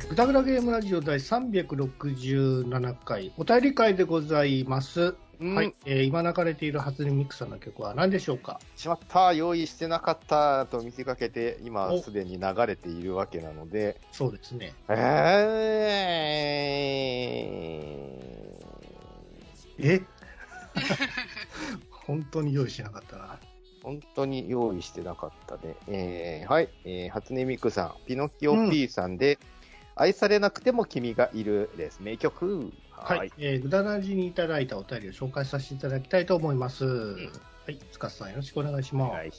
ぐだぐだゲームラジオ第367回お便り会でございます。はい、今流れている初音ミクさんの曲は何でしょうか？ しまった、用意してなかったと見せかけて、今すでに流れているわけなので。 そうですね。本当に用意しなかったな。 本当に用意してなかったね。はい、初音ミクさん、ピノキオ P さんで、愛されなくても君がいるです。名曲。 はい。ぐだらじにいただいたお便りを紹介させていただきたいと思います。はい。塚さんよろしくお願いします。 はい。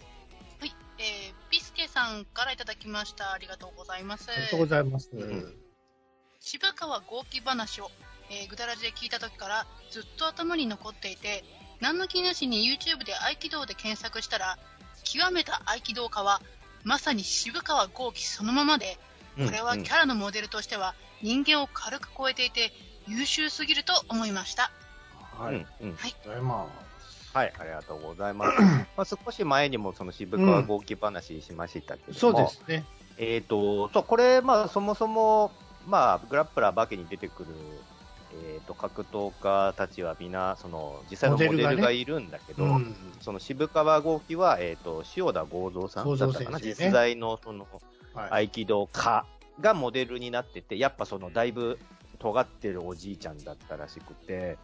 ピスケさんからいただきました。ありがとうございます。 ありがとうございます。 渋川豪輝話を、ぐだらじで聞いた時からずっと頭に残っていて、何の気なしに YouTube で合気道で検索したら、極めた合気道家はまさに渋川豪輝そのままで、これはキャラのモデルとしては人間を軽く超えていて優秀すぎると思いました。 はい。はい。 はい、 ありがとうございます。少し前にもその渋川豪輝話しましたけども、 そうですね。 これ、そもそも、グラップラー化けに出てくる、格闘家たちはみんな、実際のモデルがいるんだけど、その渋川豪輝は、塩田剛三さんだったかな、実在の、合気道家がモデルになってて、やっぱだいぶ尖ってるおじいちゃんだったらしくて、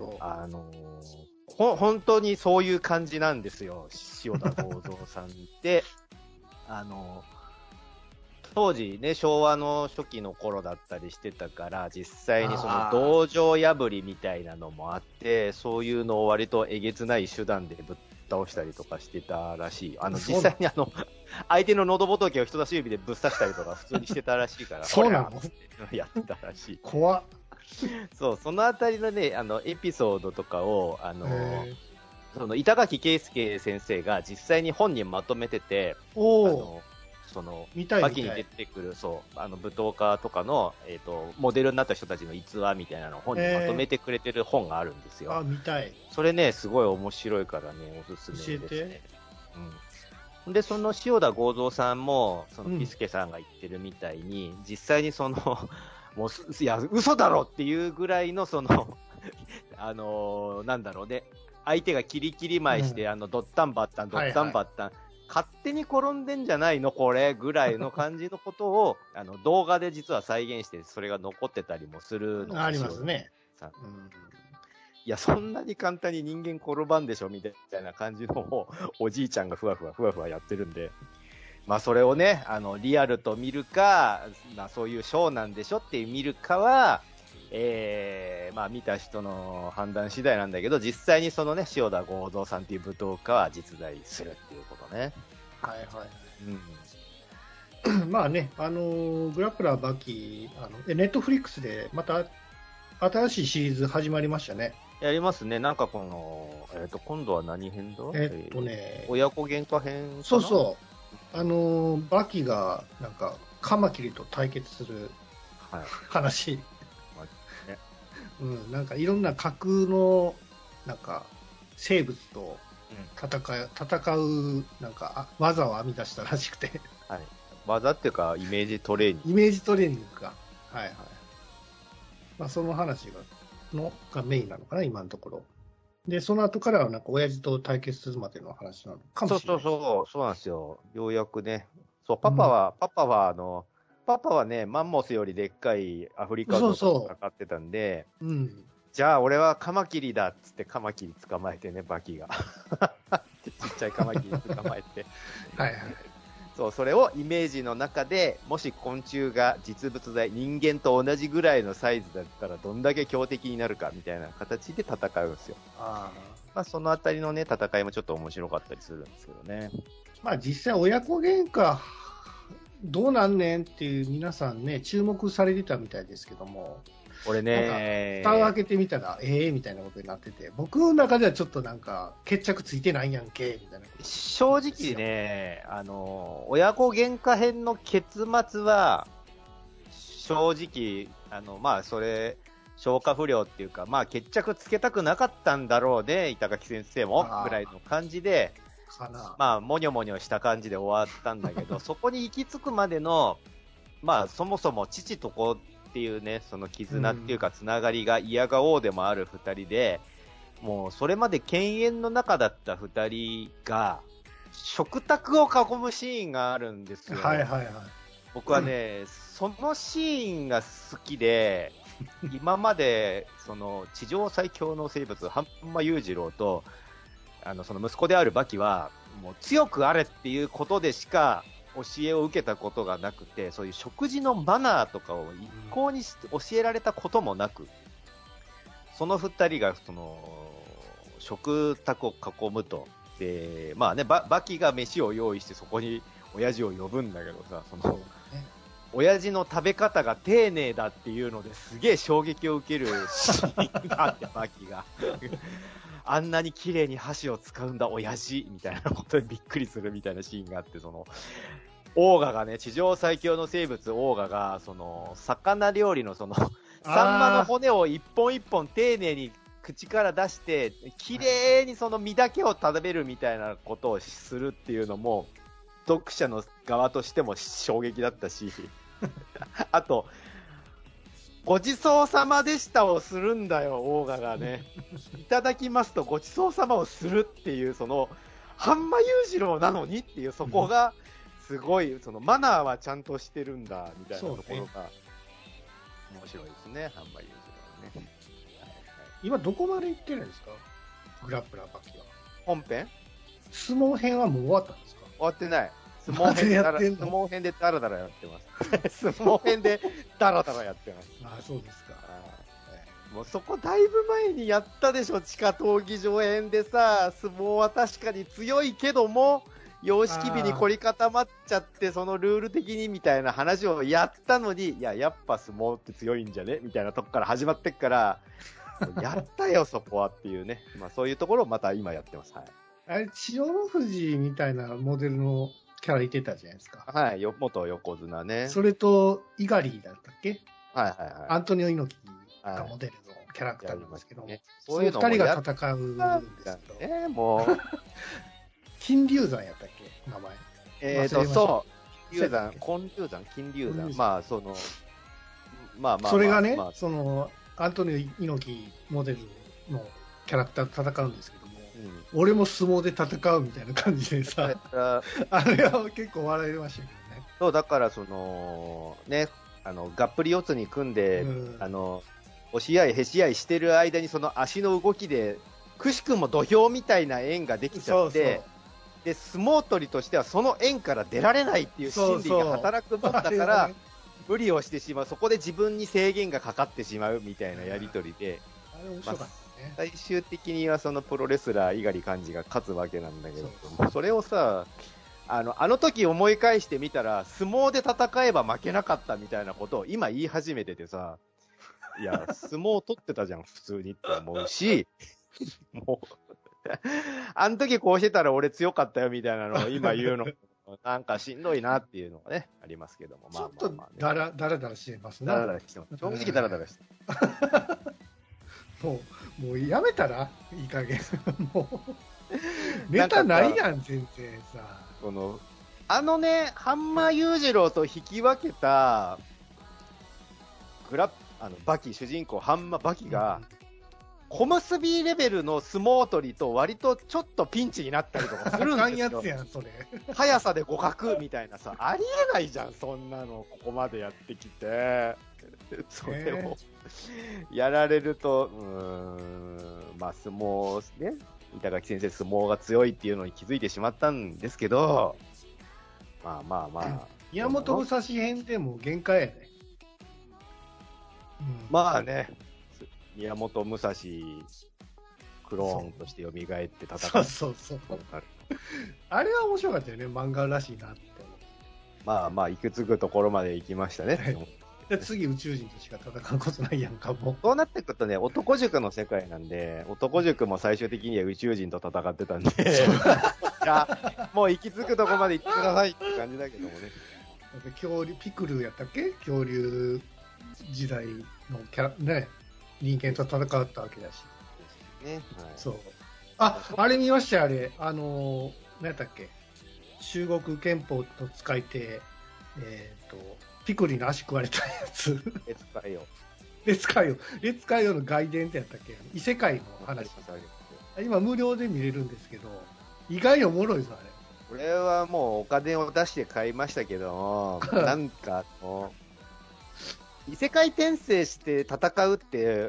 本当にそういう感じなんですよ、塩田剛三さんって。当時ね、昭和の初期の頃だったりしてたから、実際に道場破りみたいなのもあって、そういうのを割とえげつない手段でぶっ倒したりとかしてたらしい。実際に相手の喉仏を人差し指でぶっ刺したりとか普通にしてたらしいから、 そうなの？ やってたらしい。 怖っ。 そう、そのあたりのね、エピソードとかを、板垣圭介先生が実際に本にまとめてて、バキに出てくる、舞踏家とかの、モデルになった人たちの逸話みたいなのを本にまとめてくれてる本があるんですよ。 見たい。 それね、すごい面白いからね、おすすめですね。で、その塩田剛三さんも、ピスケさんが言ってるみたいに、実際にもう、いや、嘘だろっていうぐらいの、なんだろうね、相手がキリキリ舞して、ドッタンバッタン、勝手に転んでんじゃないのこれぐらいの感じのことを動画で実は再現してそれが残ってたりもするのありますね。 いや、そんなに簡単に人間転ばんでしょみたいな感じのをおじいちゃんがふわふわやってるんで、それをね、リアルと見るか、そういうショーなんでしょって見るかは、見た人の判断次第なんだけど、実際に塩田剛三さんっていう舞踏家は実在するっていうことね。 はいはい。まあね、グラップラーバキ、ネットフリックスでまた新しいシリーズ始まりましたね。 やりますね。なんか今度は何編だ？親子喧嘩編かな？ そうそう。バキがなんかカマキリと対決する話。なんかいろんな架空のなんか生物と戦うなんか技を編み出したらしくて、 はい、技っていうかイメージトレーニング。 イメージトレーニングか。はいはい。その話がメインなのかな今のところ。でその後からはなんか親父と対決するまでの話なのかもしれない。 そうなんですよ。ようやくね。そうパパはね、マンモスよりでっかいアフリカゾウとかかってたんで、じゃあ俺はカマキリだっつってカマキリ捕まえてね、バキが。ちっちゃいカマキリ捕まえて。 はいはい。 そう、それをイメージの中で、もし昆虫が実物大、人間と同じぐらいのサイズだったらどんだけ強敵になるかみたいな形で戦うんですよ。そのあたりのね、戦いもちょっと面白かったりするんですけどね。 実際親子喧嘩、どうなんねんっていう皆さんね、注目されてたみたいですけども、 俺ね、 蓋を開けてみたら、みたいなことになってて、僕の中ではちょっとなんか、決着ついてないやんけ、みたいな。 正直ね、親子喧嘩編の結末は、正直、それ、消化不良っていうか、決着つけたくなかったんだろうね、板垣先生も、ぐらいの感じで、もにょもにょした感じで終わったんだけど、そこに行き着くまでの、 まあ、そもそも父と子っていうね、その絆っていうか、つながりが嫌がおうでもある二人で、もうそれまで犬猿の中だった二人が、食卓を囲むシーンがあるんですよ。 はいはいはい。 僕はね、そのシーンが好きで、今まで、その、地上最強の生物、半間裕次郎と、その息子であるバキは、もう強くあれっていうことでしか教えを受けたことがなくて、そういう食事のマナーとかを一向に教えられたこともなく、その二人が、その、食卓を囲むと。で、まあね、バキが飯を用意してそこに親父を呼ぶんだけどさ、その、親父の食べ方が丁寧だっていうのですげえ衝撃を受けるシーンがあって、バキが。あんなに綺麗に箸を使うんだ、親父みたいなことでびっくりするみたいなシーンがあって、その、オーガがね、地上最強の生物オーガが、その、魚料理のその、サンマの骨を一本一本丁寧に口から出して、綺麗にその身だけを食べるみたいなことをするっていうのも、読者の側としても衝撃だったし、あと、ごちそうさまでしたをするんだよ、オーガがね。いただきますとごちそうさまをするっていう、その、半間裕次郎なのにっていう、そこが、すごい、その、マナーはちゃんとしてるんだ、みたいなところが、面白いですね、半間裕次郎ね。 今どこまで行ってるんですか、グラップラーバキは。 本編相撲編はもう終わったんですか？ 終わってない。相まだやってんの？ 撲編でダラダラやってます。相撲編でダラダラやってます。 ああ、そうですか。 もうそこだいぶ前にやったでしょ、地下闘技場編でさ、相撲は確かに強いけども、様式美に凝り固まっちゃって、そのルール的にみたいな話をやったのに、いや、やっぱ相撲って強いんじゃねみたいなとこから始まってっから、やったよ、そこはっていうね。まあそういうところをまた今やってます。はい。 あれ、千代の富士みたいなモデルのキャラいてたじゃないですか。 はい、元横綱ね。 それと、猪狩だったっけ？ はいはいはい。 アントニオ猪木がモデルのキャラクターなんですけど、 ね、 そういう二人が戦うんですけど、 もう。 金龍山やったっけ、名前。 そう。金龍山、金龍山。まあ、その、まあ、 それがね、その、アントニオ猪木モデルのキャラクターと戦うんですけども、俺も相撲で戦うみたいな感じでさ、あれは結構笑いましたけどね。 そう、だからその、ね、がっぷり四つに組んで、押し合い、へし合いしてる間にその足の動きで、くしくも土俵みたいな円ができちゃって、で、相撲取りとしてはその円から出られないっていう心理が働くもんだから、無理をしてしまう。そこで自分に制限がかかってしまうみたいなやりとりで、 あれ面白かったね。 最終的にはそのプロレスラー、猪狩寛治が勝つわけなんだけど、それをさ、あの時思い返してみたら、相撲で戦えば負けなかったみたいなことを今言い始めててさ、いや、相撲取ってたじゃん、普通にって思うし、もう、あの時こうしてたら俺強かったよみたいなのを今言うの、なんかしんどいなっていうのがね、ありますけども。 ちょっとだらだらしてますね。 だらだらしてます。正直だらだらしてもうやめたらいい加減。もう、ネタないやん、全然さ。 半間裕次郎と引き分けた、バキ、主人公、半間バキが、小結びレベルの相撲取りと割とちょっとピンチになったりとかするんですよ。 やつやん、それ。 速さで互角みたいなさ、ありえないじゃん、そんなの、ここまでやってきて。それを、やられると、まあ相撲ね、板垣先生相撲が強いっていうのに気づいてしまったんですけど、まあ。 宮本武蔵編でも限界やね。 まあね。宮本武蔵クローンとして蘇って戦う。 そう。あれは面白かったよね、漫画らしいなって。 まあ、行き着くところまで行きましたね。 で次宇宙人としか戦うことないやんか、もう。 そうなってくるとね、男塾の世界なんで、男塾も最終的には宇宙人と戦ってたんで、いや、もう行き着くところまで行ってくださいって感じだけどもね。 恐竜、ピクルやったっけ？恐竜時代のキャラ、ね。人間と戦ったわけだし。 ね。はい、 そう。あれ見ましたよ、あれ。何やったっけ？中国憲法の使い手、 ピクリの足食われたやつ。 列海王。 列海王の外伝ってやったっけ、異世界の話。今無料で見れるんですけど、意外におもろいぞ、あれ。 これはもうお金を出して買いましたけども、なんか異世界転生して戦うって、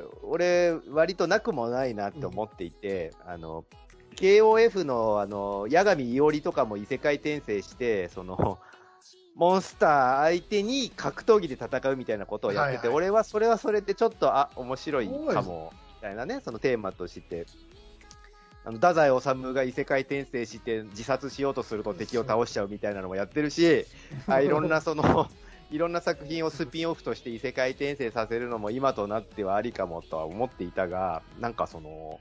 俺、割となくもないなって思っていて、KOF の八神伊織とかも異世界転生して、モンスター相手に格闘技で戦うみたいなことをやってて、俺はそれはそれでちょっと、面白いかも、みたいなね、そのテーマとして、太宰治が異世界転生して自殺しようとすると敵を倒しちゃうみたいなのもやってるし、いろんないろんな作品をスピンオフとして異世界転生させるのも今となってはありかもとは思っていたが、なんか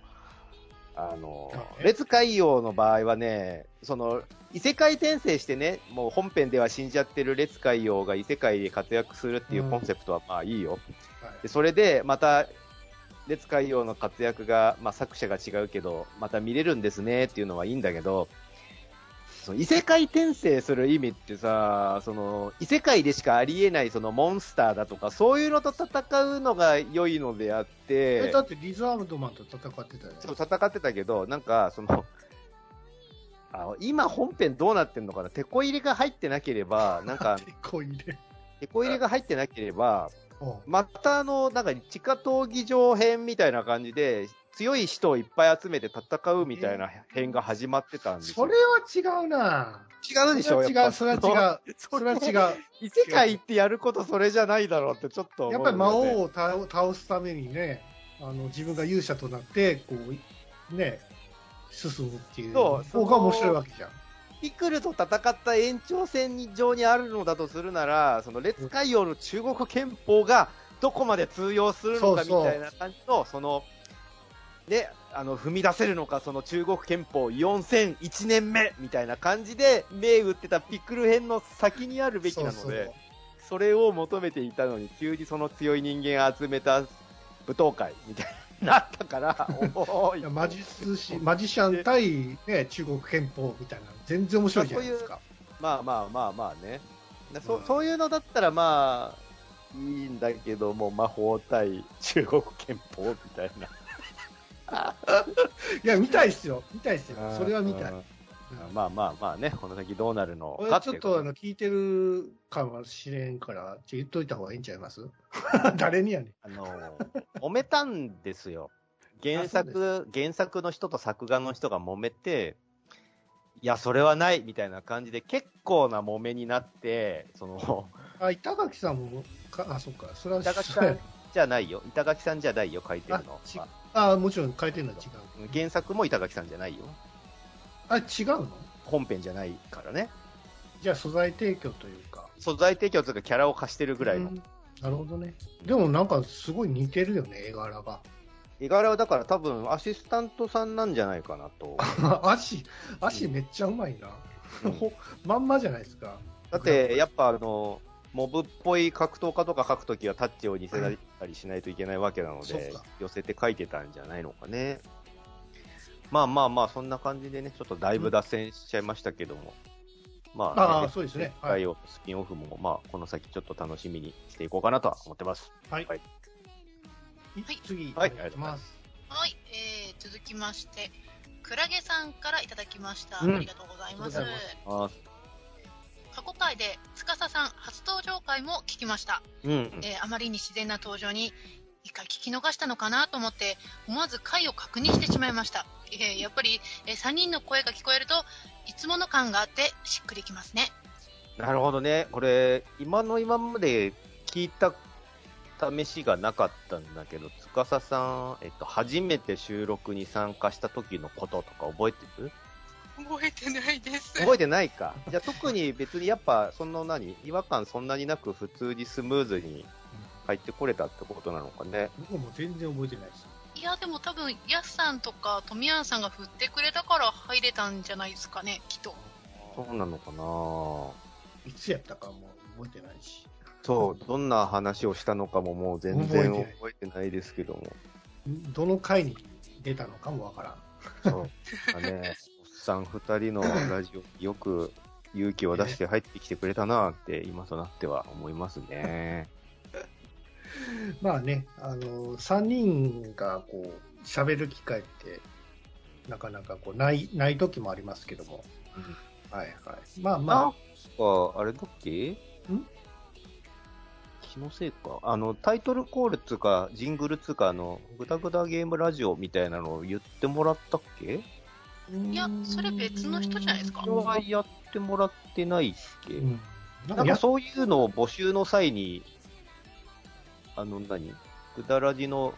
列海王の場合はね、異世界転生してね、もう本編では死んじゃってる列海王が異世界で活躍するっていうコンセプトはまあいいよ。でそれでまた、列海王の活躍が、まあ、作者が違うけど、また見れるんですねっていうのはいいんだけど、異世界転生する意味ってさ、異世界でしかありえないモンスターだとか、そういうのと戦うのが良いのであって。 だってリザードマンと戦ってたよね。 そう、戦ってたけど、なんか、今本編どうなってんのかな、テこ入れが入ってなければ、なんか、テこ入れが入ってなければ、またなんか地下闘技場編みたいな感じで、強い人をいっぱい集めて戦うみたいな編が始まってたんですよ。 それは違うな。 違うでしょ。 それは違う。それは違う。 異世界ってやることそれじゃないだろうってちょっと思う、ね。 やっぱり魔王を倒すためにね、自分が勇者となって、こう、ね、進むっていう方が面白いわけじゃん。 ピクルと戦った延長線上にあるのだとするなら、列海王の中国憲法がどこまで通用するのかみたいな感じの、ね、踏み出せるのか、中国憲法4001年目みたいな感じで、銘打ってたピクル編の先にあるべきなので、それを求めていたのに、急に強い人間を集めた舞踏会みたいになったから、 いやマジシャン対、ね、中国憲法みたいな、全然面白いじゃないですか。 まあね。そういうのだったらまあ、いいんだけども、魔法対中国憲法みたいな。 いや、見たいっすよ。それは見たい。 まあね、この先どうなるのか。 俺ちょっと聞いてるかもしれんから、言っといた方がいいんちゃいます誰にやねん。 揉めたんですよ。原作の人と作画の人が揉めて、いや、それはないみたいな感じで結構な揉めになって、 板垣さんも、そっか、それは板垣さんじゃないよ。板垣さんじゃないよ、書いてるの。 もちろん書いてるのは違う。 原作も板垣さんじゃないよ。 違うの？ 本編じゃないからね。 じゃあ素材提供というか。 素材提供というかキャラを貸してるぐらいの。 なるほどね。でもなんかすごい似てるよね、絵柄が。 絵柄はだから多分アシスタントさんなんじゃないかなと。 足めっちゃうまいな。まんまじゃないですか。 だってやっぱモブっぽい格闘家とか書くときはタッチを似せたりしないといけないわけなので、寄せて書いてたんじゃないのかね。まあ、そんな感じでね、ちょっとだいぶ脱線しちゃいましたけども。まあ、 そうですね。 スピンオフも、まあ、この先ちょっと楽しみにしていこうかなとは思ってます。 はい。次、 はい、ありがとうございます。 はい、続きまして、クラゲさんからいただきました。ありがとうございます。過去回で司さん初登場回も聞きました。あまりに自然な登場に一回聞き逃したのかなと思って思わず回を確認してしまいました。やっぱり、3人の声が聞こえるといつもの感があってしっくりきますね。 なるほどね。これ今まで聞いた試しがなかったんだけど、司さん、初めて収録に参加した時のこととか覚えてる？ 覚えてないです。 覚えてないか。じゃあ特に別にやっぱ違和感そんなになく普通にスムーズに入ってこれたってことなのかね。 僕も全然覚えてないです。 いやでも多分ヤスさんとか富山さんが振ってくれたから入れたんじゃないですかね、きっと。 そうなのかな。 いつやったかも覚えてないし。 そう、どんな話をしたのかももう全然覚えてないですけども。 どの回に出たのかもわからん。 そう。ね、おっさん2人のラジオよく勇気を出して入ってきてくれたなって今となっては思いますね。 まあね、3人がこう喋る機会ってなかなかこうない時もありますけども、はいはい。まあまあ。 なんかあれだっけ？気のせいか。タイトルコールつうか、ジングルつうか、グダグダゲームラジオみたいなのを言ってもらったっけ？ いや、それ別の人じゃないですか。 それはやってもらってないっけ？ なんかそういうのを募集の際に、グダラジの、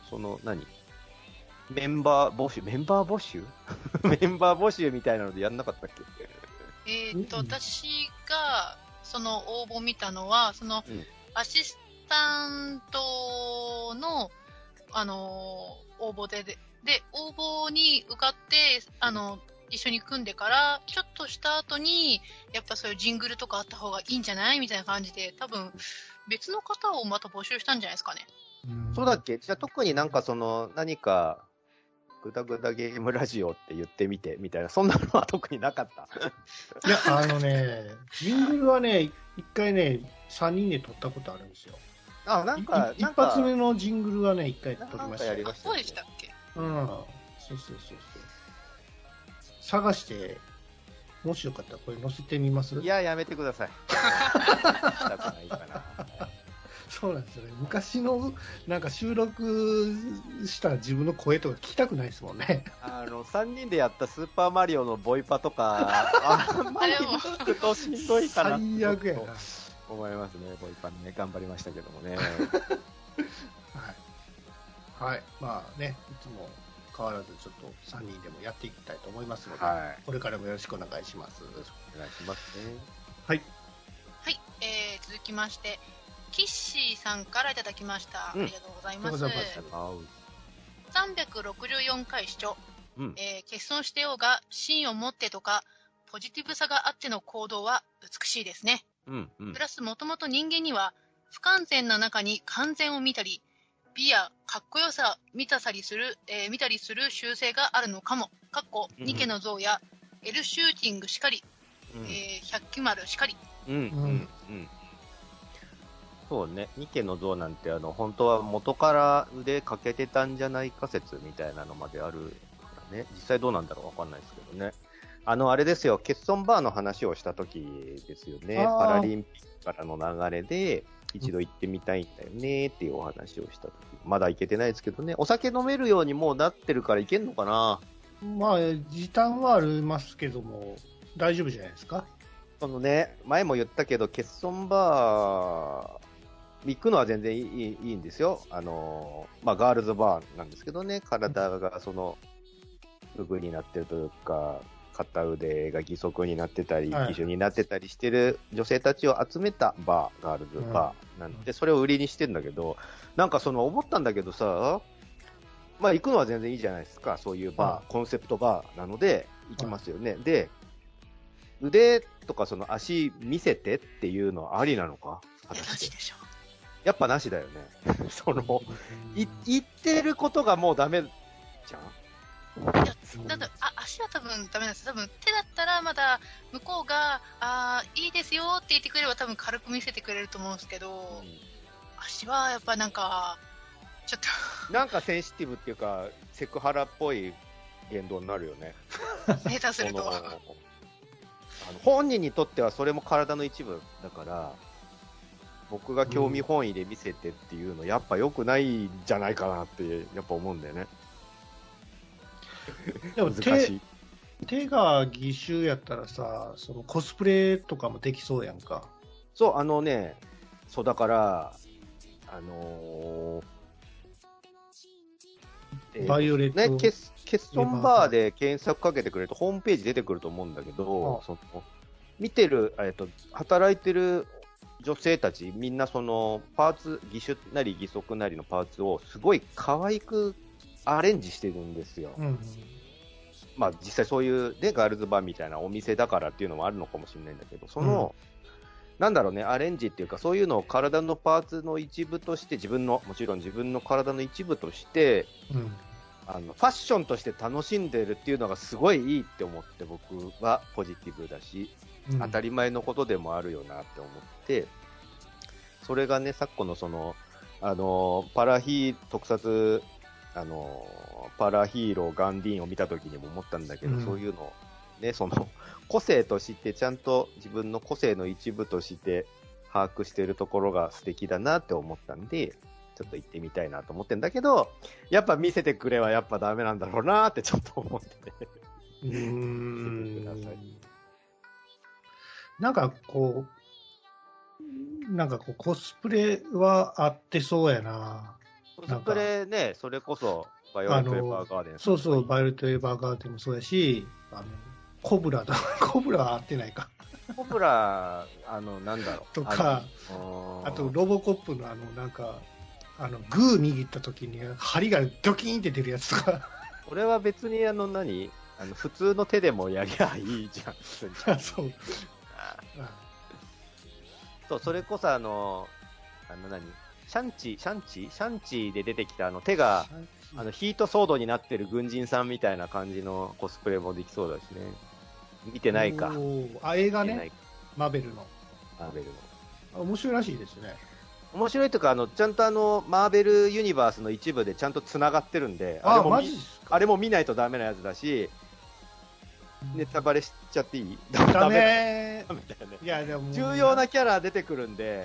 メンバー募集メンバー募集みたいなのでやんなかったっけ？ 私が、その応募見たのは、アシスタントの、応募で、応募に受かって、一緒に組んでから、ちょっとした後に、やっぱそういうジングルとかあった方がいいんじゃないみたいな感じで、多分、別の方をまた募集したんじゃないですかね。 そうだっけ？じゃあ特に何かグダグダゲームラジオって言ってみて、みたいな、そんなのは特になかった。 いや、ジングルはね、一回ね、3人で撮ったことあるんですよ。一発目のジングルはね、一回撮りました。 そうでしたっけ？ そう。探して、もしよかったらこれ載せてみます？ いや、やめてください。したくないかな。 そうなんですよね。昔の収録した自分の声とか聞きたくないですもんね。 3人でやったスーパーマリオのボイパとか、あんまり聞くとしんどいかな。 最悪やな。 思いますね、ボイパね。頑張りましたけどもね。 はい。まあね、いつも変わらずちょっと3人でもやっていきたいと思いますので、これからもよろしくお願いします。 お願いしますね。 はい。 はい、続きまして、キッシーさんからいただきました。ありがとうございます。364回視聴、欠損してようが芯を持ってとかポジティブさがあっての行動は美しいですね。プラスもともと人間には不完全な中に完全を見たり美やかっこよさ見たりする習性があるのかも。ニケの像やエルシューティングしかり、百鬼丸しかり。 そうね、ニケの像なんて本当は元から腕かけてたんじゃないか説みたいなのまであるからね。実際どうなんだろうわかんないですけどね。あれですよ、欠損バーの話をした時ですよね。パラリンピックからの流れで一度行ってみたいんだよねっていうお話をした時、まだ行けてないですけどね。お酒飲めるようにもうなってるから行けんのかな。 まあ時短はありますけども大丈夫じゃないですか。 前も言ったけど欠損バー行くのは全然いいんですよ。ガールズバーなんですけどね、体がうぐになってるというか、片腕が義足になってたり、義手になってたりしてる女性たちを集めたバー、ガールズバーなんで、それを売りにしてるんだけど、思ったんだけどさ、行くのは全然いいじゃないですか、そういうバー、コンセプトバーなので行きますよね。で、腕とか足見せてっていうのはありなのか？ なしでしょ。 やっぱなしだよね。言ってることがもうダメじゃん。 いや、足は多分ダメなんです。多分手だったらまだ向こうがいいですよって言ってくれれば多分軽く見せてくれると思うんですけど、足はやっぱちょっとセンシティブっていうかセクハラっぽい言動になるよね。 下手すると本人にとってはそれも体の一部だから。僕が興味本位で見せてっていうのやっぱ良くないんじゃないかなってやっぱ思うんだよね。 でも手が義手やったらさ、コスプレとかもできそうやんか。 そうそうだからバイオレットね、欠損バーで検索かけてくれるとホームページ出てくると思うんだけど、見てる働いてる女性たちみんなパーツ、義手なり義足なりのパーツをすごい可愛くアレンジしてるんですよ。実際そういうねガールズバーみたいなお店だからっていうのもあるのかもしれないんだけど、なんだろうね、アレンジっていうかそういうのを体のパーツの一部としてもちろん自分の体の一部として、ファッションとして楽しんでるっていうのがすごいいいって思って僕はポジティブだし。 当たり前のことでもあるよなって思って、それがね、昨今のパラヒーローガンディーンを見たときにも思ったんだけど、そういうのをね、個性としてちゃんと自分の個性の一部として把握しているところが素敵だなって思ったんで、ちょっと行ってみたいなと思ってんだけど、やっぱ見せてくれはやっぱダメなんだろうなってちょっと思ってね。 なんかこうコスプレはあってそうやな。 コスプレね、それこそバイオレット・エヴァーガーデン。 そうそう、バイオレット・エヴァーガーデンもそうやし、コブラは合ってないか。 コブラ、なんだろう。 とか、あとロボコップのグー握った時に針がドキーンって出るやつとか。 これは別に普通の手でもやりゃいいじゃん。そう。そう、それこそシャンチーで出てきた手が、ヒートソードになってる軍人さんみたいな感じのコスプレもできそうだしね。見てないか。 映画ね。マーベルの。面白いらしいですね。 面白いというか、ちゃんとマーベルユニバースの一部でちゃんと繋がってるんで、あれも見ないとダメなやつだし、ネタバレしちゃっていい？ ダメ。 いや、でも重要なキャラ出てくるんで、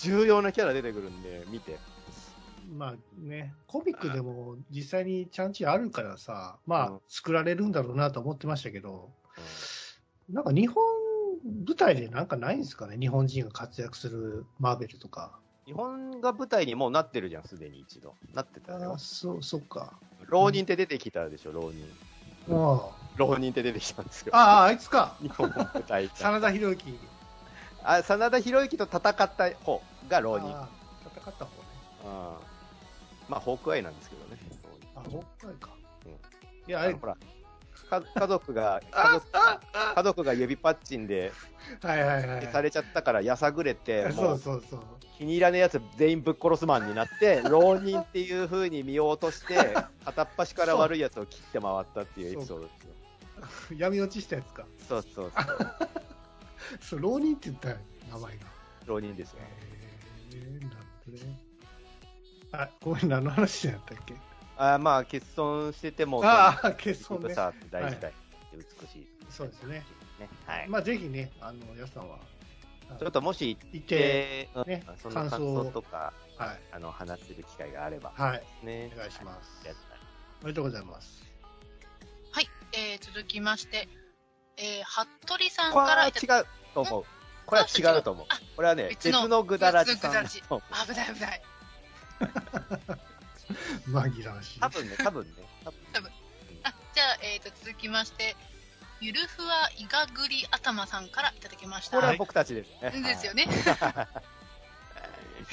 見て。 まあね、コミックでも実際にちゃんちあるからさ、作られるんだろうなと思ってましたけど、なんか日本舞台でなんかないんですかね、日本人が活躍するマーベルとか。 日本が舞台にもうなってるじゃん、すでに一度。なってたよ。 そっか。 浪人って出てきたでしょ、浪人。浪人って出てきたんですよ。 あいつか。 日本の舞台。 真田広之。 真田広之と戦った方が浪人。 戦った方ね。 まあ、ホークアイなんですけどね。 ホークアイか。いや、 ほら、家族が指パッチンで、されちゃったからやさぐれて、気に入らねえやつ全員ぶっ殺すマンになって、浪人っていう風に見落として、片っ端から悪いやつを切って回ったっていうエピソードですよ。 闇落ちしたやつか。 そう。 そう、浪人って言ったよ、名前が。 浪人ですよ。 なるほどね。ごめん、何の話だったっけ？ まあ、欠損してても、 欠損ね。 さって大事だよ。美しい。 そうですね。 はい。 まあ、ぜひね、やすさんは。 ちょっともし行って、その感想とか、話せる機会があれば。 はい。お願いします。ありがとうございます。 はい。続きまして、服部さんから。 違うと思う。これは違うと思う。これはね、別のぐだらじさん。 危ない。 紛らわしい。 多分ね。 じゃあ、続きまして、ゆるふわいがぐり頭さんからいただきました。 これは僕たちですね。 ですよね。はい。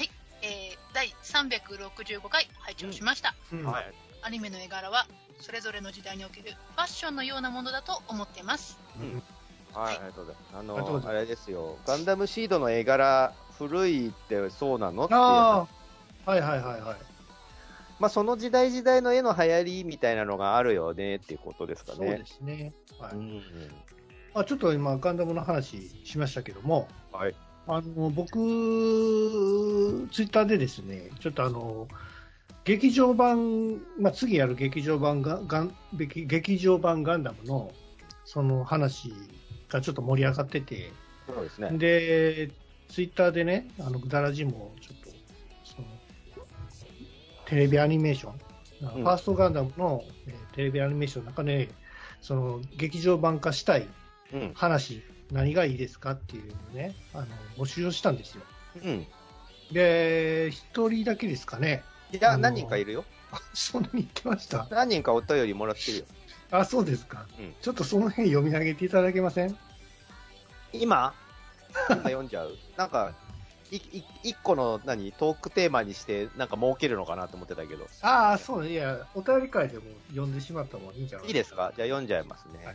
第365回拝聴しました。アニメの絵柄は、それぞれの時代におけるファッションのようなものだと思っています。 はい、ありがとうございます。あれですよ、ガンダムシードの絵柄、古いってそうなのって。 はい。 まあ、その時代の絵の流行りみたいなのがあるよねっていうことですかね。 そうですね。ちょっと今、ガンダムの話しましたけども、僕、ツイッターでですね、ちょっと劇場版、次やる劇場版ガンダムの、その話がちょっと盛り上がってて、 そうですね。 で、ツイッターでね、グダラジもちょっと、テレビアニメーション、ファーストガンダムの、テレビアニメーションの中で、その劇場版化したい話、何がいいですかっていうね、募集をしたんですよ。で、一人だけですかね。 いや、何人かいるよ。 そんなに言ってました？ 何人かお便りもらってるよ。 そうですか。ちょっとその辺読み上げていただけません？ 今読んじゃう。なんか、一個のトークテーマにしてなんか設けるのかなと思ってたけど。 そうね。いや、お便り会でも読んでしまった方がいいんじゃない？ いいですか？じゃあ読んじゃいますね。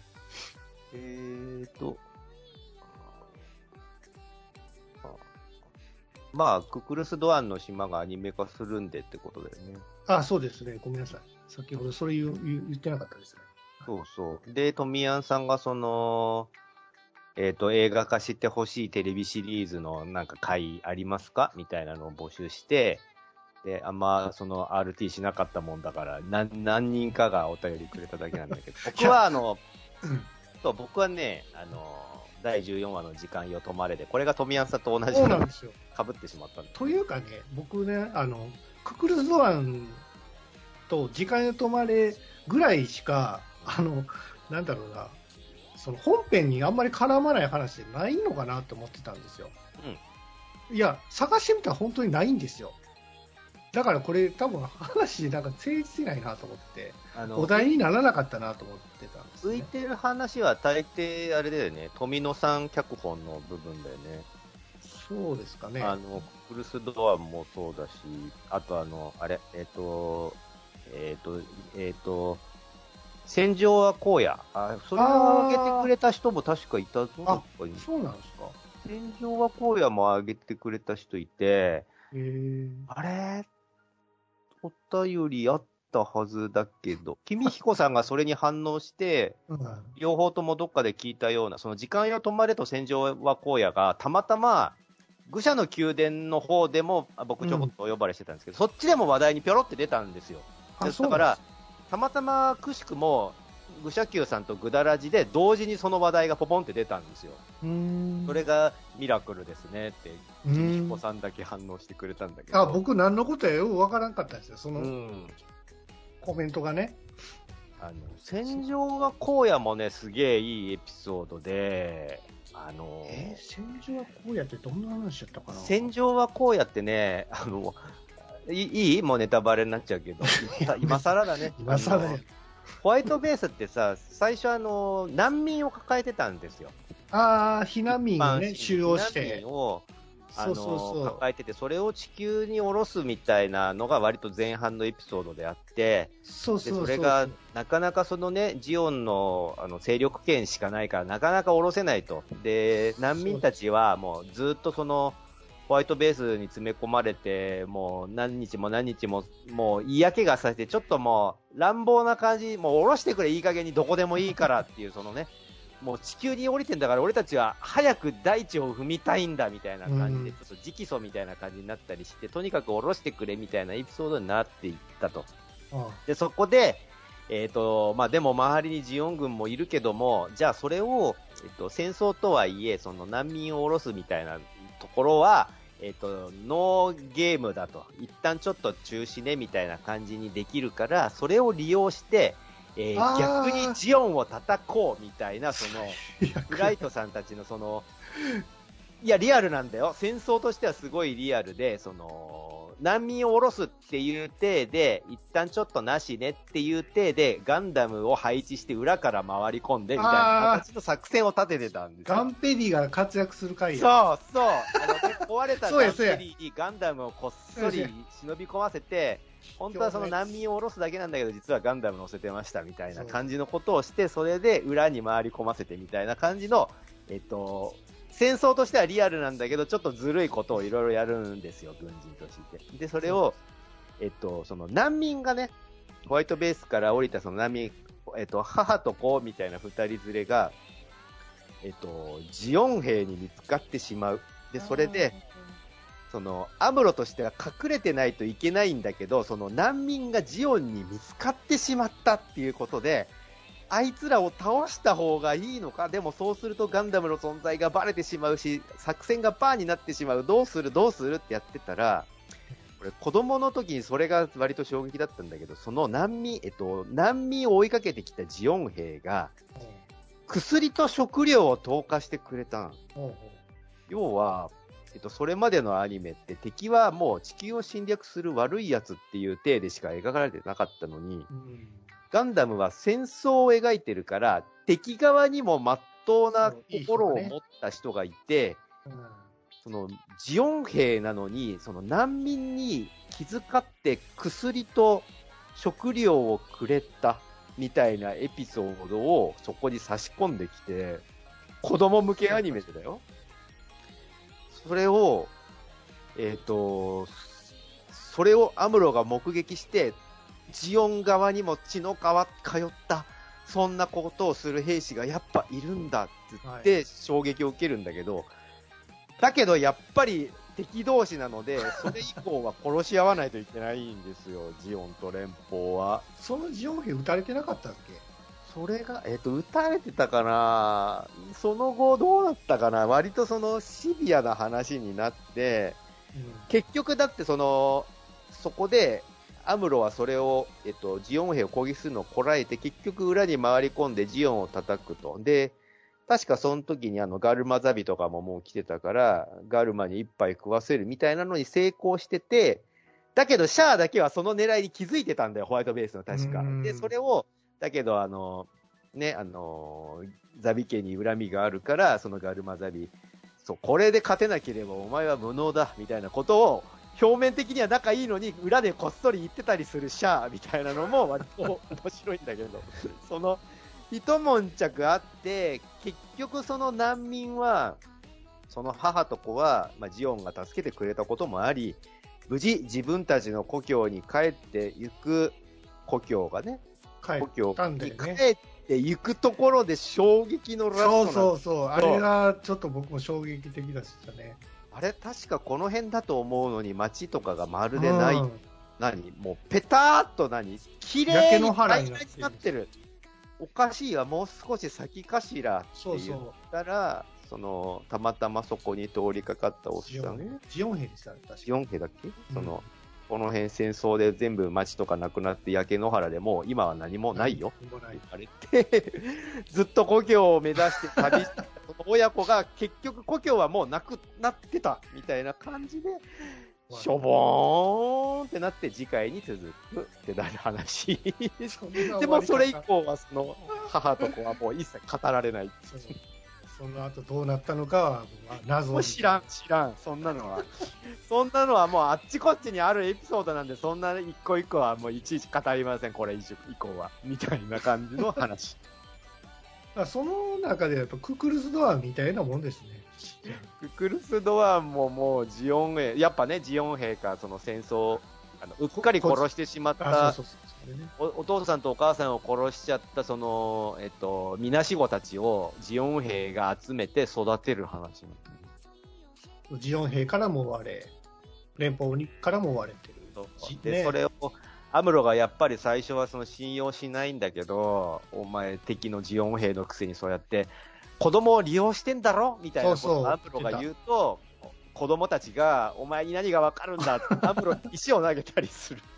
まあ、ククルス・ドアンの島がアニメ化するんでってことだよね。 そうですね。ごめんなさい。先ほどそれ言ってなかったですね。 そう。で、トミヤンさんが映画化してほしいテレビシリーズのなんか回ありますかみたいなのを募集して、で、あんまその RT しなかったもんだから、何人かがお便りくれただけなんだけど、僕はね、第14話の時間よ止まれで、これが富安さんと同じそうなんですよ。 被ってしまったんです。 というかね、僕ね、ククルス・ドアンと時間よ止まれぐらいしか、なんだろうな、その本編にあんまり絡まない話でないのかなと思ってたんですよ。いや、探してみたら本当にないんですよ。だからこれ多分話なんか成立しないなと思って、お題にならなかったなと思ってたんです、ね。 浮いてる話は大抵あれだよね、富野さん脚本の部分だよね。 そうですかね。 クルスドアンもそうだし、あと戦場は荒野。それを挙げてくれた人も確かいたぞ。 そうなんですか。 戦場は荒野も挙げてくれた人いて、あれお便りあったはずだけど、君彦さんがそれに反応して、両方ともどっかで聞いたような、その時間よ止まれと戦場は荒野が、たまたま、愚者の宮殿の方でも、僕ちょこっとお呼ばれしてたんですけど、そっちでも話題にぴょろって出たんですよ。だから、たまたまくしくも、愚者宮さんとグダラジで同時にその話題がポポンって出たんですよ。それがミラクルですねって、君彦さんだけ反応してくれたんだけど。 僕何のことやよくわからんかったんですよ、その、コメントがね。 戦場は荒野もね、すげえいいエピソードで、 戦場は荒野ってどんな話だったかな。 戦場は荒野ってね、いいもうネタバレになっちゃうけど、今更だね。 今更だよ。 ホワイトベースってさ、最初難民を抱えてたんですよ。 避難民をね、収容して。 避難民を抱えてて、それを地球に下ろすみたいなのが割と前半のエピソードであって、それがなかなかそのね、ジオンの勢力圏しかないからなかなか下ろせないと。で、難民たちはもうずっとその、ホワイトベースに詰め込まれて、もう何日も何日も、もう嫌気がさせて、ちょっともう乱暴な感じ、もう下ろしてくれいい加減にどこでもいいからっていう、そのね、もう地球に降りてんだから俺たちは早く大地を踏みたいんだみたいな感じで、ちょっと直訴みたいな感じになったりして、とにかく下ろしてくれみたいなエピソードになっていったと。で、そこで、でも周りにジオン軍もいるけども、じゃあそれを、戦争とはいえ、その難民を下ろすみたいなところは、ノーゲームだと。一旦ちょっと中止ねみたいな感じにできるから、それを利用して、逆にジオンを叩こうみたいな、その、ブライトさんたちのその、いや、リアルなんだよ。戦争としてはすごいリアルで、その、難民を下ろすっていう体で、一旦ちょっとなしねっていう体で、ガンダムを配置して裏から回り込んで、みたいな形の作戦を立ててたんですよ。 ガンペディが活躍する回や。そう。壊れたガンペディにガンダムをこっそり忍び込ませて、本当はその難民を下ろすだけなんだけど、実はガンダム乗せてましたみたいな感じのことをして、それで裏に回り込ませてみたいな感じの、戦争としてはリアルなんだけど、ちょっとずるいことをいろいろやるんですよ、軍人として。で、それを、その難民がね、ホワイトベースから降りたその難民、母と子みたいな二人連れが、ジオン兵に見つかってしまう。で、それで、その、アムロとしては隠れてないといけないんだけど、その難民がジオンに見つかってしまったっていうことで、あいつらを倒した方がいいのか、でもそうするとガンダムの存在がバレてしまうし、作戦がバーになってしまう、どうするってやってたら、これ子供の時にそれが割と衝撃だったんだけど、その難民を追いかけてきたジオン兵が、薬と食料を投下してくれた。要は、それまでのアニメって敵はもう地球を侵略する悪いやつっていう体でしか描かれてなかったのに、ガンダムは戦争を描いてるから、敵側にも真っ当な心を持った人がいて、そのジオン兵なのに、その難民に気遣って薬と食料をくれたみたいなエピソードをそこに差し込んできて、子供向けアニメでだよ。それを、それをアムロが目撃して、ジオン側にも血の通ったそんなことをする兵士がやっぱいるんだって言って衝撃を受けるんだけど、だけどやっぱり敵同士なので、それ以降は殺し合わないといけないんですよ、ジオンと連邦は。 そのジオン兵撃たれてなかったっけ？ それが、撃たれてたかな、その後どうなったかな、割とそのシビアな話になって、結局だってそこで、アムロはそれを、ジオン兵を攻撃するのをこらえて、結局裏に回り込んでジオンを叩くと。で、確かその時にガルマザビとかももう来てたから、ガルマに一杯食わせるみたいなのに成功してて、だけどシャアだけはその狙いに気づいてたんだよ、ホワイトベースの確か。で、それを、だけどザビ家に恨みがあるから、そのガルマザビ、そう、これで勝てなければお前は無能だ、みたいなことを、表面的には仲いいのに、裏でこっそり言ってたりするシャアみたいなのも割と面白いんだけど、その、一悶着あって、結局その難民は、その母と子は、ジオンが助けてくれたこともあり、無事自分たちの故郷に帰っていく、故郷がね、故郷に帰っていくところで衝撃のラストなんです。 そう、あれがちょっと僕も衝撃的でしたね。 あれ確かこの辺だと思うのに街とかがまるでない、もうペターっと綺麗に平らになってる。おかしいわ、もう少し先かしらって言ったら、たまたまそこに通りかかったおっさん。 ジオン兵でしたね、確かに。 ジオン兵だっけ、この辺戦争で全部町とかなくなって焼け野原でもう今は何もないよ。あれってずっと故郷を目指して旅してたその親子が結局故郷はもうなくなってたみたいな感じで、しょぼーんってなって次回に続くってなる話。でもそれ以降はその母と子はもう一切語られない。 その後どうなったのかは謎。 もう知らん。そんなのはもうあっちこっちにあるエピソードなんで、そんな一個一個はもういちいち語りません、これ以降は。みたいな感じの話。 その中でやっぱククルスドアンみたいなもんですね。 ククルスドアンももうジオン兵、やっぱね、ジオン兵か、その戦争、うっかり殺してしまった、お父さんとお母さんを殺しちゃった、みなしごたちをジオン兵が集めて育てる話。 ジオン兵からも追われ、連邦からも追われてる。 で、それを、アムロがやっぱり最初は信用しないんだけど、お前敵のジオン兵のくせにそうやって、子供を利用してんだろみたいなことをアムロが言うと、子供たちが、お前に何がわかるんだってアムロに石を投げたりする。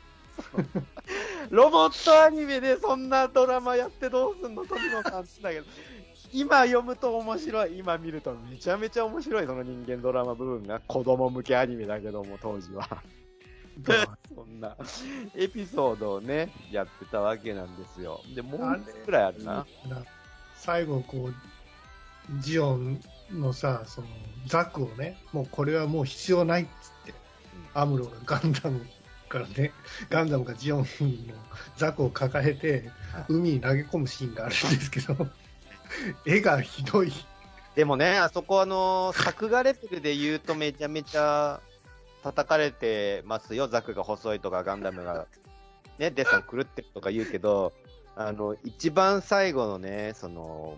ロボットアニメでそんなドラマやってどうすんの、富野さんってだけど、今読むと面白い、今見るとめちゃめちゃ面白い、その人間ドラマ部分が子供向けアニメだけども、当時は。そんなエピソードをね、やってたわけなんですよ。で、もう1つくらいあるな。 最後、ジオンのさ、ザクをね、もうこれはもう必要ないっつって、アムロがガンダムからね、ガンダムがジオンのザクを抱えて、海に投げ込むシーンがあるんですけど、絵がひどい。 でもね、あそこ作画レベルで言うとめちゃめちゃ叩かれてますよ。ザクが細いとかガンダムがね、デッサン狂ってるとか言うけど、一番最後のね、その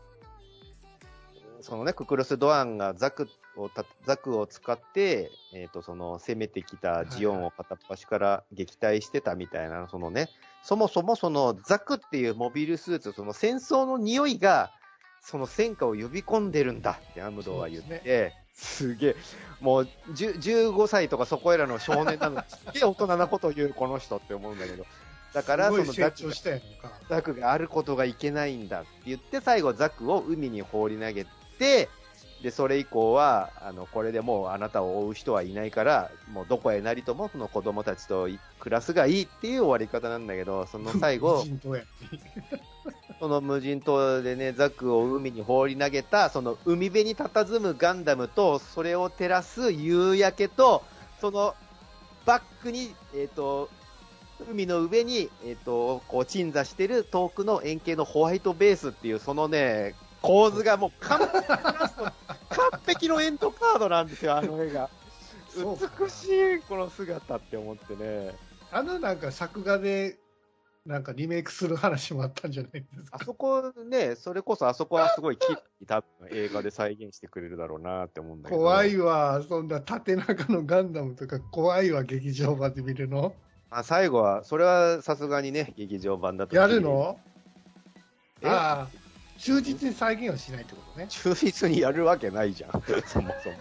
ね、ククルスドアンがザクを使って、攻めてきたジオンを片っ端から撃退してたみたいな、そもそもザクっていうモビルスーツ、戦争の匂いが、戦火を呼び込んでるんだってアムロは言って、すげえ、もう15歳とかそこらの少年なのに、すげえ大人なことを言うこの人って思うんだけど、だからザクがあることがいけないんだって言って、最後ザクを海に放り投げて、で、それ以降は、これでもうあなたを追う人はいないから、もうどこへなりともその子供たちと暮らすがいいっていう終わり方なんだけど、その最後、その無人島でね、ザクを海に放り投げた、その海辺に佇むガンダムと、それを照らす夕焼けと、そのバックに、海の上に、こう鎮座してる遠くの円形のホワイトベースっていう、そのね、構図がもう完璧のエンドカードなんですよ、あの絵が。美しいこの姿って思ってね。 なんか作画でなんかリメイクする話もあったんじゃないですか。 あそこね、それこそあそこはすごい綺麗に多分映画で再現してくれるだろうなって思うんだけど。 怖いわ、そんな縦長のガンダムとか怖いわ、劇場版で見るの。 最後は、それはさすがにね、劇場版だと。 やるの？ああ、忠実に再現はしないってことね。 忠実にやるわけないじゃん、そもそも。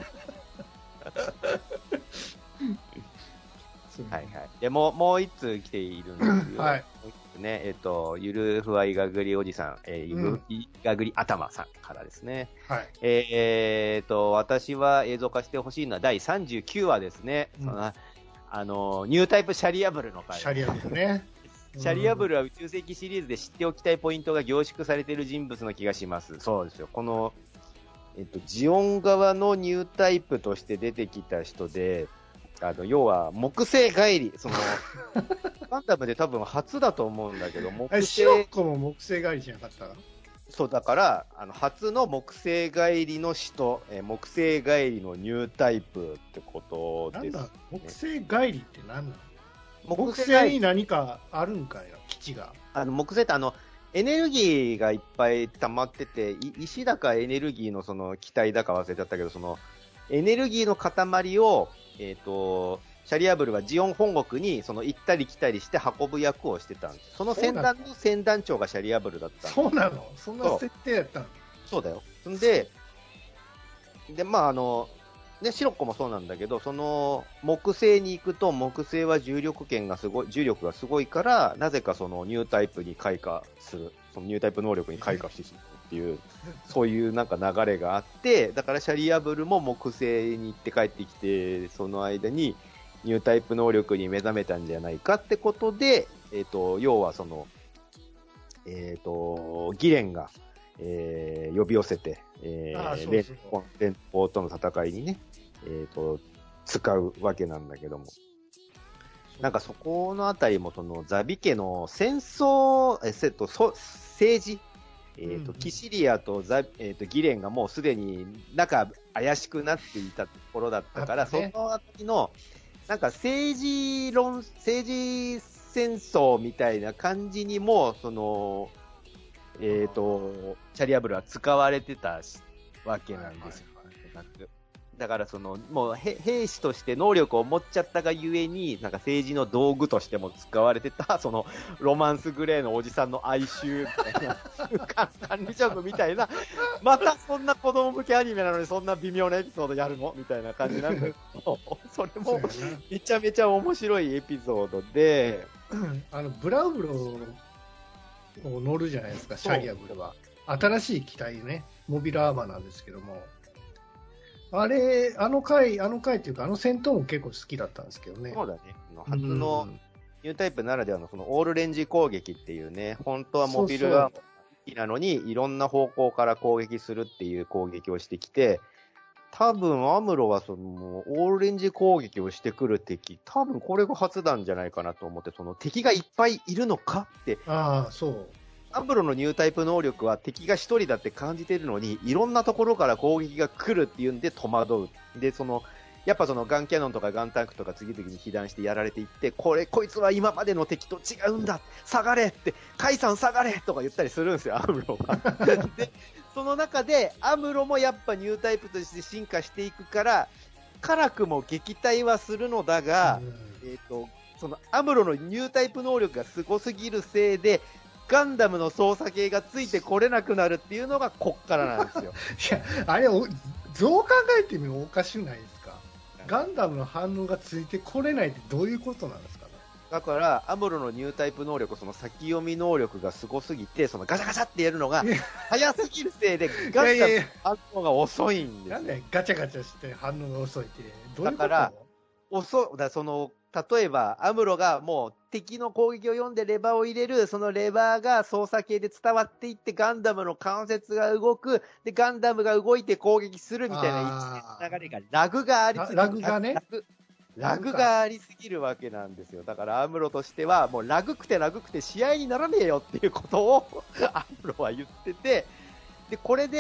はいはい。でもう一通来ているんですよ。はい。ね、ゆるふわいがぐりおじさん、いがぐり頭さんからですね。 はい。 私は映像化してほしいのは第39話ですね。ニュータイプシャリアブルの回。 シャリアブルね。 シャリアブルは宇宙世紀シリーズで知っておきたいポイントが凝縮されている人物の気がします。そうですよ。この、ジオン側のニュータイプとして出てきた人で、要は、木星帰り、ガンダムで多分初だと思うんだけど、 木星。シロッコも木星帰りじゃなかった？ そう、だから、初の木星帰りの人、木星帰りのニュータイプってことです、ね。 なんだ、木星帰りって何なの？木星に何かあるんかいな、基地が。 木星ってエネルギーがいっぱい溜まってて、石だかエネルギーのその気体だか忘れちゃったけど、エネルギーの塊を、シャリアブルはジオン本国に行ったり来たりして運ぶ役をしてたんです。その先団の先団長がシャリアブルだったんです。 そうなの？そんな設定やったの？ そうだよ。で、まあね、シロッコもそうなんだけど、木星に行くと、木星は重力がすごいから、なぜかニュータイプに開花する、ニュータイプ能力に開花してしまうっていう、そういうなんか流れがあって、だからシャリアブルも木星に行って帰ってきて、その間にニュータイプ能力に目覚めたんじゃないかってことで、要はギレンが、呼び寄せて、連邦との戦いにね、使うわけなんだけども。なんかそこのあたりも、ザビ家の戦争、政治、キシリアとギレンがもうすでに仲怪しくなっていたところだったから、そのあたりの、なんか政治戦争みたいな感じにも、シャリアブルは使われてたわけなんですよ。だからもう兵士として能力を持っちゃったがゆえに、なんか政治の道具としても使われてた、ロマンスグレーのおじさんの哀愁みたいな、管理職みたいな、またそんな子供向けアニメなのにそんな微妙なエピソードやるのみたいな感じなんだけど、それもめちゃめちゃ面白いエピソードで、 ブラウブロを乗るじゃないですか、シャリアブルは。新しい機体ね、モビルアーマーなんですけども、あの回っていうか、戦闘も結構好きだったんですけどね。 そうだね。初のニュータイプならではのオールレンジ攻撃っていうね、本当はモビルアーマーなのに、いろんな方向から攻撃するっていう攻撃をしてきて、多分アムロはオールレンジ攻撃をしてくる敵、多分これが初なんじゃないかなと思って、敵がいっぱいいるのかって。 ああ、そう。 アムロのニュータイプ能力は敵が一人だって感じてるのに、いろんなところから攻撃が来るっていうんで戸惑う。で、やっぱガンキャノンとかガンタンクとか次々に被弾してやられていって、こいつは今までの敵と違うんだ下がれって、カイさん下がれとか言ったりするんですよ、アムロは。で、その中で、アムロもやっぱニュータイプとして進化していくから、辛くも撃退はするのだが、アムロのニュータイプ能力がすごすぎるせいで、ガンダムの操作系がついてこれなくなるっていうのがこっからなんですよ。 いや、あれ、どう考えてみるのおかしくないですか？ガンダムの反応がついてこれないってどういうことなんですかね？ だから、アムロのニュータイプ能力、先読み能力がすごすぎて、ガチャガチャってやるのが早すぎるせいで、ガンダムの反応が遅いんですよ。 なんでガチャガチャして反応が遅いって、どういうこと？ だから、例えば、アムロがもう敵の攻撃を読んでレバーを入れる、そのレバーが操作系で伝わっていって、ガンダムの関節が動く、で、ガンダムが動いて攻撃するみたいな一連の流れが、ラグがありすぎる。 ラグがね。 ラグがありすぎるわけなんですよ。だからアムロとしては、もうラグくて試合にならねえよっていうことをアムロは言ってて、で、これで、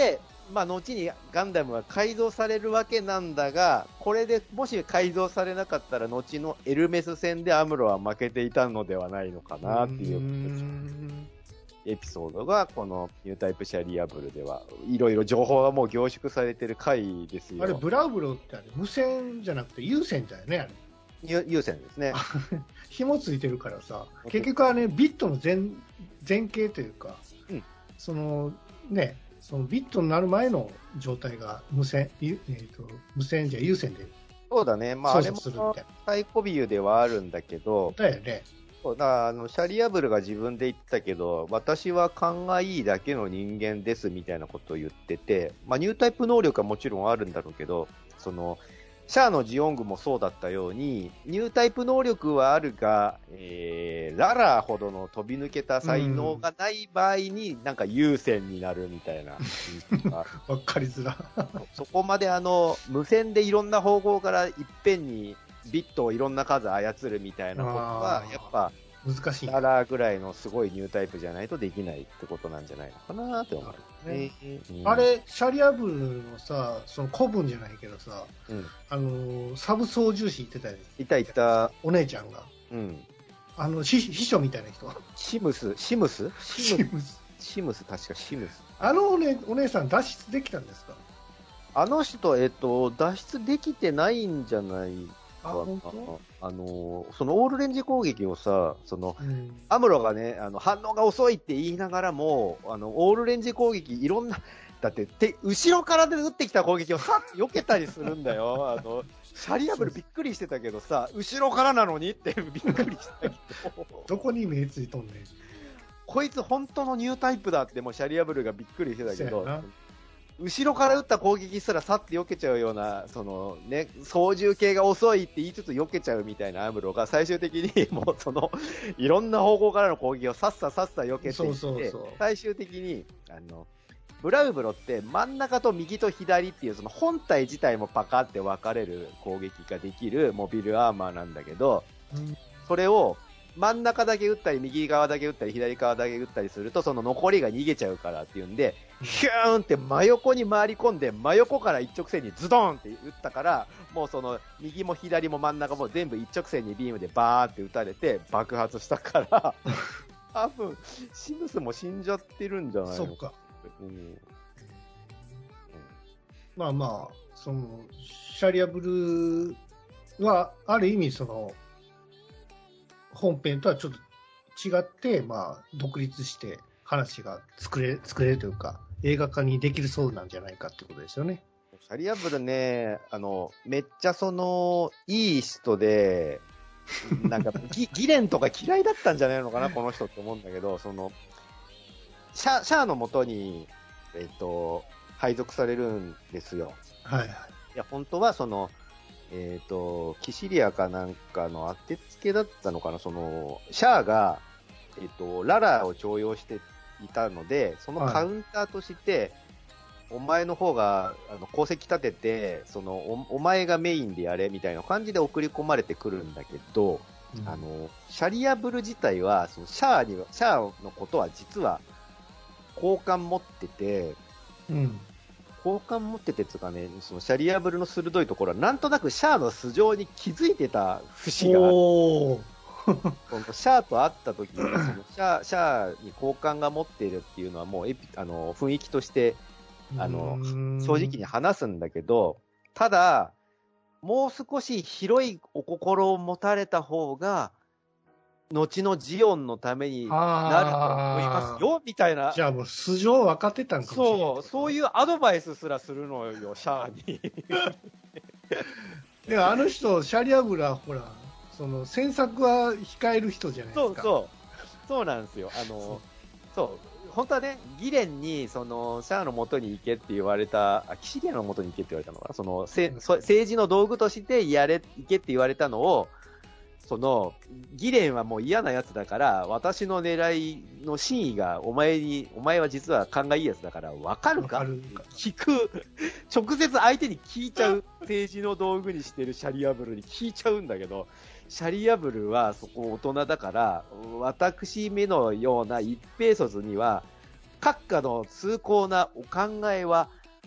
まあ、後にガンダムは改造されるわけなんだが、これでもし改造されなかったら、後のエルメス戦でアムロは負けていたのではないのかなっていうエピソードが、このニュータイプシャリアブルでは、いろいろ情報がもう凝縮されてる回ですよ。 あれ、ブラウブロってあれ、無線じゃなくて有線だよね、あれ。 有線ですね。 紐ついてるからさ、結局はね、ビットの前景というか、そのビットになる前の状態が無線じゃ有線でそうだね、まあ、あれもサイコビューではあるんだけど、 だよね。 そうだシャリアブルが自分で言ったけど、私は勘がいいだけの人間ですみたいなことを言ってて、まあ、ニュータイプ能力はもちろんあるんだろうけど、そのシャアのジオングもそうだったように、ニュータイプ能力はあるが、ララほどの飛び抜けた才能がない場合に、なんか優先になるみたいな。 わかりづら。 そこまで無線でいろんな方向からいっぺんにビットをいろんな数操るみたいなことは、やっぱ、 難しい。 ララぐらいのすごいニュータイプじゃないとできないってことなんじゃないのかなって思う、ね。 あれ、シャリアブルのさ、その古文じゃないけどさ、サブ操縦士言ってたよね。 いた。 お姉ちゃんが。秘書みたいな人。 シムス、確かシムス。 お姉さん脱出できたんですか？ あの人、脱出できてないんじゃないかな。そのオールレンジ攻撃をさ、アムロがね、反応が遅いって言いながらも、オールレンジ攻撃いろんな、だって後ろからで撃ってきた攻撃をさっと避けたりするんだよ。シャリアブルびっくりしてたけどさ、後ろからなのにってびっくりしたけど。 どこに目ついとんねん。 こいつ本当のニュータイプだってもうシャリアブルがびっくりしてたけど、後ろから撃った攻撃すらさって避けちゃうような、操縦系が遅いって言いつつ避けちゃうみたいなアムロが最終的にもういろんな方向からの攻撃をさっさ避けていって、最終的に、ブラウブロって真ん中と右と左っていうその本体自体もパカって分かれる攻撃ができるモビルアーマーなんだけど、それを真ん中だけ撃ったり右側だけ撃ったり左側だけ撃ったりするとその残りが逃げちゃうからっていうんで、ヒューンって真横に回り込んで真横から一直線にズドンって撃ったから、もうその右も左も真ん中も全部一直線にビームでバーって撃たれて爆発したから多分シムスも死んじゃってるんじゃないのか。そうか。 まあまあ、シャリアブルは、ある意味、本編とはちょっと違って、まあ、独立して話が作れるというか、映画化にできるそうなんじゃないかってことですよね。 シャリアブルね、めっちゃいい人で、なんか、ギレンとか嫌いだったんじゃないのかな、この人って思うんだけど、シャアのもとに、配属されるんですよ。 はいはい。 いや、本当はキシリアかなんかの当てつけだったのかな、シャアが、ララを徴用していたので、そのカウンターとして、お前の方が、功績立てて、お前がメインでやれみたいな感じで送り込まれてくるんだけど、シャリアブル自体は、シャアのことは実は、好感持ってて、好感持っててつかね、シャリアブルの鋭いところは、なんとなくシャアの素性に気づいてた節がある。シャアと会った時に、シャアに好感が持っているっていうのはもう雰囲気として、正直に話すんだけど、ただ、もう少し広いお心を持たれた方が、後のジオンのためになると思いますよ、みたいな。 じゃあもう素性分かってたんかもしれない。 そういうアドバイスすらするのよ、シャアに。 でも人、シャリアブルはほら、詮索は控える人じゃないですか。 そうなんですよ。本当はね、ギレンに、シャアの元に行けって言われた、キシリアの元に行けって言われたのかな、政治の道具として行けって言われたのを、ギレンはもう嫌なやつだから、私の狙いの真意がお前は実は勘がいいやつだから分かるか聞く。直接相手に聞いちゃう。政治の道具にしてるシャリアブルに聞いちゃうんだけど、シャリアブルはそこ大人だから、私めのような一平卒には、閣下の崇高なお考えは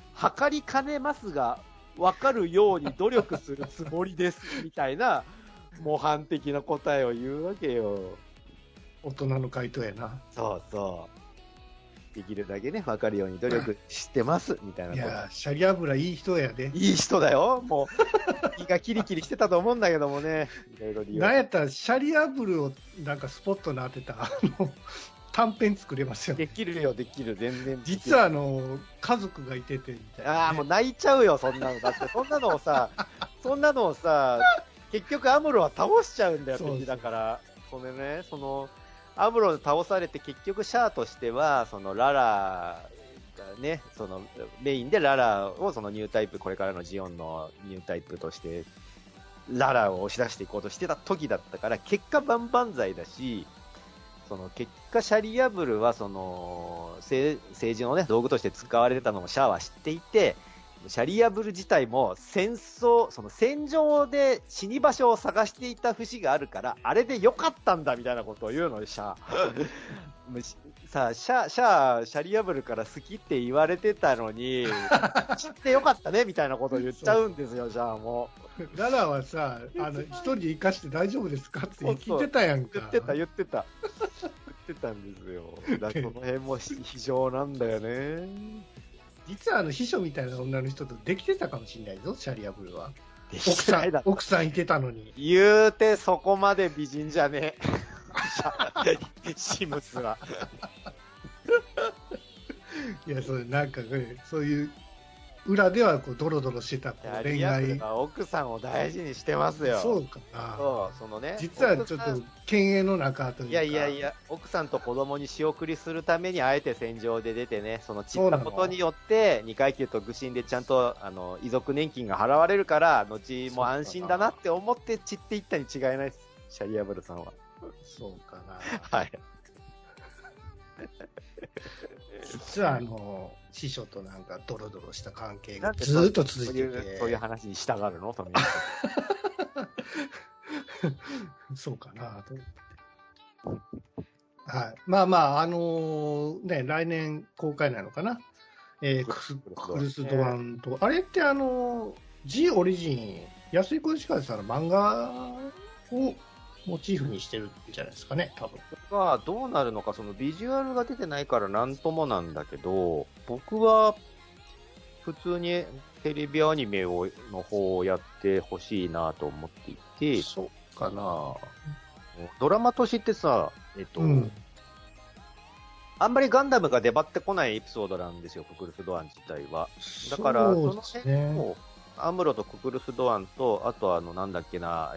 測りかねますが、わかるように努力するつもりです、みたいな、模範的な答えを言うわけよ。 大人の回答やな。 そうそう。できるだけね、わかるように努力してます、みたいな。 いや、シャリ油いい人やで。 いい人だよ。もう、気がキリキリしてたと思うんだけどもね。いろいろ理由。 なんやったら、シャリ油をなんかスポットに当てた、短編作れますよね。 できるよ、できる、全然。 実は家族がいててみたいな、ね。 ああ、もう泣いちゃうよ、そんなの。だって、そんなのをさ、結局アムロは倒しちゃうんだよ、敵だから。それね、アムロ倒されて結局シャアとしては、ララがね、メインでララをニュータイプ、これからのジオンのニュータイプとして、ララを押し出していこうとしてた時だったから、結果万々歳だし、結果シャリアブルは政治のね、道具として使われてたのもシャアは知っていて、シャリアブル自体も戦場で死に場所を探していた節があるから、あれでよかったんだみたいなことを言うのよ、シャア。さあ、シャリアブルから好きって言われてたのに、知ってよかったねみたいなことを言っちゃうんですよ、シャアも。 ララはさ、一人で生かして大丈夫ですかって聞いてたやんか。 言ってたんですよ。だからその辺も非常なんだよね。 実は秘書みたいな女の人とできてたかもしれないぞ、シャリアブルは。奥さんいてたのに。 言うてそこまで美人じゃねえ。シムスは。 いや、なんかね、そういう裏ではドロドロしてた恋愛。奥さんを大事にしてますよ。 そうかな。 ね。 実はちょっと犬猿の中というか。 いや、奥さんと子供に仕送りするためにあえて戦場で出てね、散ったことによって2階級と愚神でちゃんと遺族年金が払われるから、後も安心だなって思って散っていったに違いないです、シャリアブルさんは。 そうかな。はい。 実は師匠となんかドロドロした関係がずっと続いてて、 そういう話に従うのそうかなと思って。はい。まあまあ、来年公開なのかな。クルス・ドワンと、あれってG オリジン、安井小石さんの漫画をモチーフにしてるんじゃないですかね、多分。 がどうなるのか、ビジュアルが出てないからなんともなんだけど、僕は普通にテレビアニメの方をやってほしいなと思っていて、 そうかな。 ドラマとしてさ、あんまりガンダムが出張ってこないエピソードなんですよ、ククルス・ドアン自体は。だから、その辺を、アムロとククルス・ドアンと、あとなんだっけな、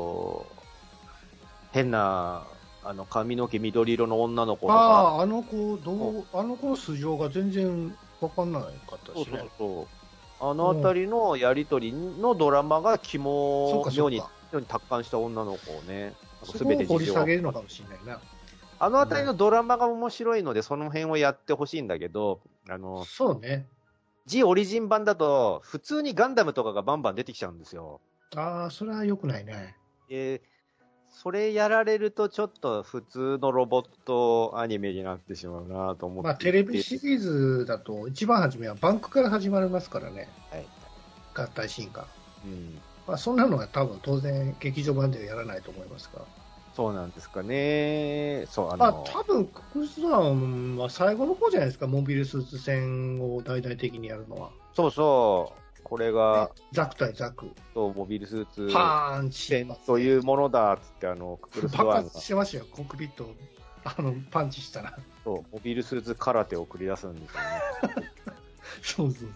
変な、髪の毛緑色の女の子とか。 あの子の素性が全然わかんないかったしね。 そう。あのあたりのやりとりのドラマが妙に達観した女の子をね、 すべて掘り下げるのかもしれないな。 あのあたりのドラマが面白いので、その辺をやってほしいんだけど、 そうね。 G オリジン版だと、普通にガンダムとかがバンバン出てきちゃうんですよ。 ああ、それは良くないね。 それやられるとちょっと普通のロボットアニメになってしまうなと思って。 まあテレビシリーズだと一番初めはバンクから始まりますからね。 はい。 合体進化。 うん。 まあそんなのは多分当然劇場版ではやらないと思いますが。 そうなんですかね。そう、 多分ククルス・ドアンは最後の方じゃないですか、モビルスーツ戦を大々的にやるのは。 そうそう。これが、 ザク対ザク。 モビルスーツパンチ戦というものだっつって、ククルス・ドアンが。 爆発してましたよ、コックピット、パンチしたら。 そう、モビルスーツ空手を繰り出すんですよね。 そうそう。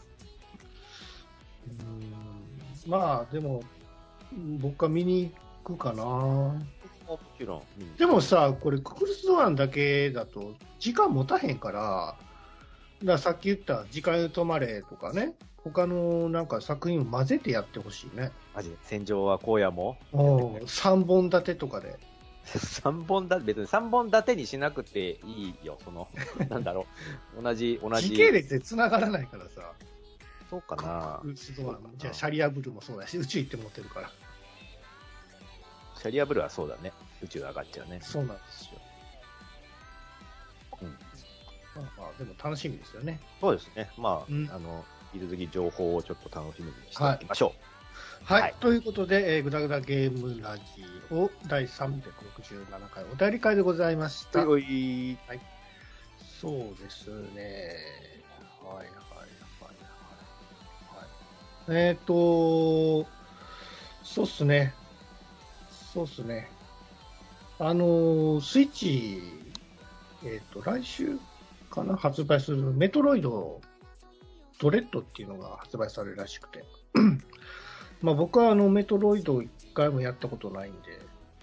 まあ、でも、僕は見に行くかな。 もちろん。 でもさ、これ、ククルス・ドアンだけだと、時間持たへんから、さっき言った時間よ止まれとかね、他のなんか作品を混ぜてやってほしいね。 マジで戦場は荒野も 3本立てとかで。 3本立て、別に3本立てにしなくていいよ、なんだろう。同じ。 時系列で繋がらないからさ。 そうかな。 ククルス・ドアン、じゃあシャリアブルもそうだし、宇宙行って持ってるから。 シャリアブルはそうだね。宇宙上がっちゃうね。 そうなんですよ。まあ、でも楽しみですよね。 そうですね。まあ、 引き続き情報をちょっと楽しみにしていきましょう。はい。ということで、ぐだぐだゲームラジオ第367回お便り会でございました。はい。そうですね。はい。そうっすね。スイッチ、来週かな、発売するメトロイドドレッドっていうのが発売されるらしくて。まあ僕はメトロイド一回もやったことないんで。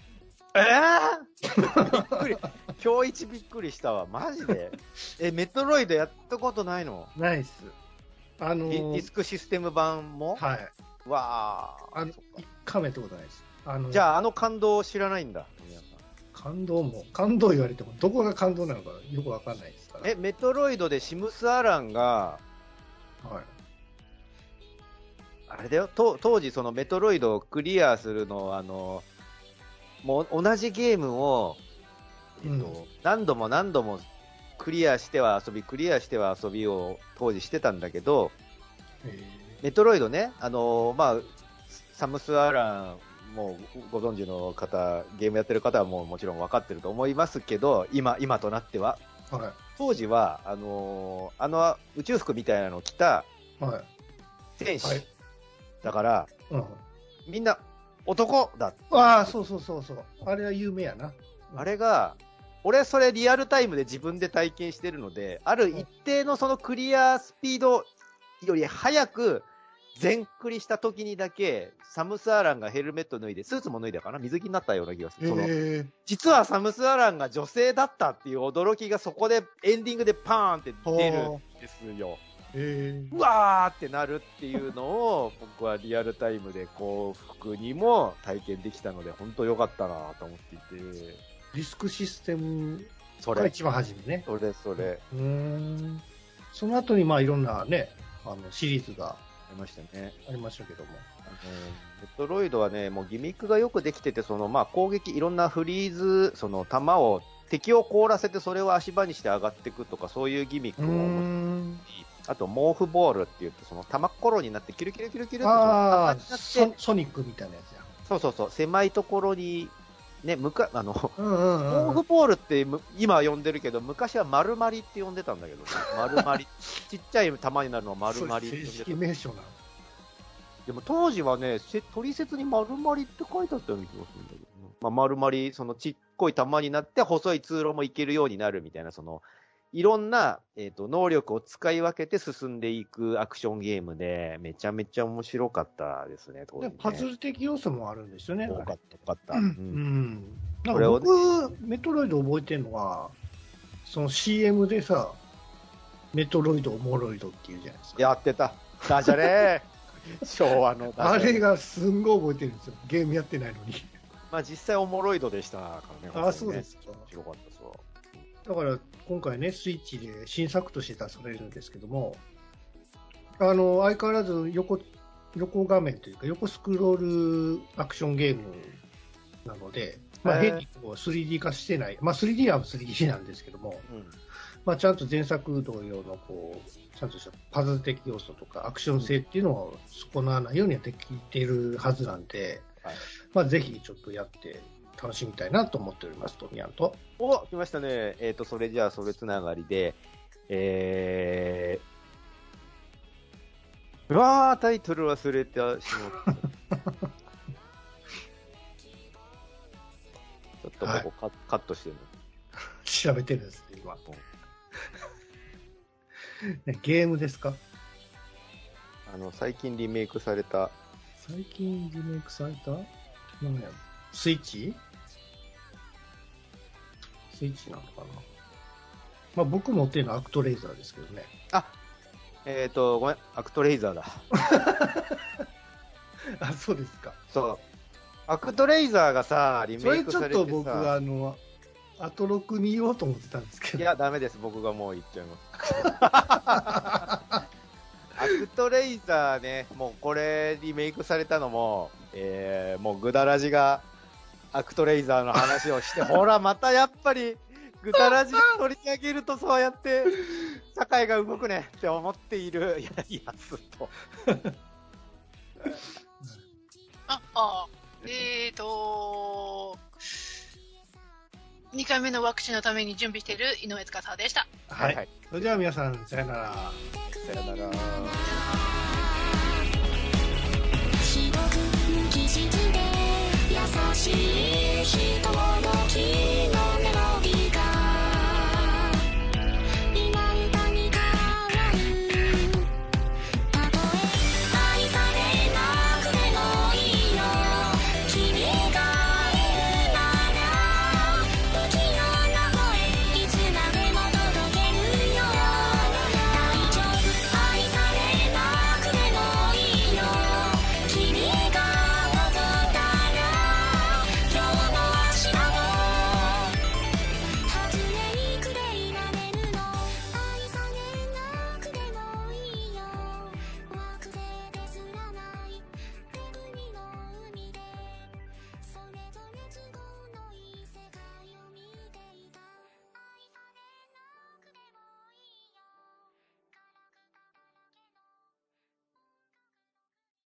びっくり。今日一びっくりしたわ。マジでメトロイドやったことないの？ ないっす。 ディスクシステム版も？ はい。 わー。一回もやったことないです。 じゃあ感動を知らないんだ。 感動言われてもどこが感動なのかよくわかんないですから。 メトロイドでシムス・アランが、 はい。 あれだよ、当時そのメトロイドをクリアするのもう同じゲームを、何度もクリアしては遊びを当時してたんだけど、メトロイドね、サムス・アラン、もうご存知の方、ゲームやってる方はもちろん分かってると思いますけど、今となっては、 はい、 当時は宇宙服みたいなのを着た戦士、はい、だから、みんな男だ。 ああ、そう。あれは有名やな。 あれが、俺それリアルタイムで自分で体験してるので、ある一定のそのクリアスピードより早く全クリした時にだけ、サムス・アランがヘルメット脱いで、スーツも脱いだかな、水着になったような気がする。実はサムス・アランが女性だったっていう驚きがそこでエンディングでパーンって出るんですよ。うわーってなるっていうのを僕はリアルタイムで幸福にも体験できたので本当良かったなと思っていて。 ディスクシステムが一番初めね。 それ。 その後にいろんなね、シリーズがありましたね。 ありましたけども。 メトロイドはね、もうギミックがよくできてて、攻撃、いろんなフリーズ、弾を、敵を凍らせてそれを足場にして上がっていくとか、そういうギミックを持っていて、あと、毛布ボールって言って、玉コロになって、キュルキュルキュルキュルってソニックみたいなやつや。 そう、狭いところに、ね、毛布ボールって今呼んでるけど、昔は丸まりって呼んでたんだけどね。丸まり。ちっちゃい玉になるのを丸まりって呼んでた。 正式名称なの。 でも当時はね、取説に丸まりって書いてあったような気がするんだけど、丸まり、ちっこい玉になって細い通路も行けるようになるみたいな、いろんな、能力を使い分けて進んでいくアクションゲームで、めちゃめちゃ面白かったですね、当時ね。 パズル的要素もあるんですよね。 多かった。 これを僕、メトロイド覚えてるのは、CM でさ、メトロイド、オモロイドっていうじゃないですか。 やってた。ダジャレ昭和のあれがすんごい覚えてるんですよ。ゲームやってないのに。 実際オモロイドでしたからね。 あ、そうですか。 面白かったそう。 だから今回ね、スイッチで新作として出されるんですけども、相変わらず横画面というか、横スクロールアクションゲームなので、変に3D 化してない、3D は 3D なんですけども、ちゃんと前作同様のちゃんとしたパズル的要素とかアクション性っていうのを損なわないようにはできているはずなんで、ぜひちょっとやって楽しみたいなと思っておりますと、ミヤンと。 来ましたね。それじゃあ、それつながりで、タイトル忘れてしまった。ちょっとここカットしてるの。 調べてるんですね、今。ゲームですか？ 最近リメイクされた。 最近リメイクされた？何やろ？スイッチなのかな。僕持ってるのはアクトレイザーですけどね。 ごめん、アクトレイザーだ。 あ、そうですか。 そう。アクトレイザーがさ、リメイクされてさ。 それちょっと僕アトロクに言おうと思ってたんですけど。 いや、ダメです。僕がもう言っちゃいます。アクトレイザーね、もうこれリメイクされたのも、もうグダラジがアクトレイザーの話をして、ほら、またやっぱりぐだらじ取り上げるとそうやって社会が動くねって思っているやつと 2回目のワクチンのために準備している井上司でした。 はい、はい、それでは皆さんさよなら。 さよなら。白く無機質で優しい人の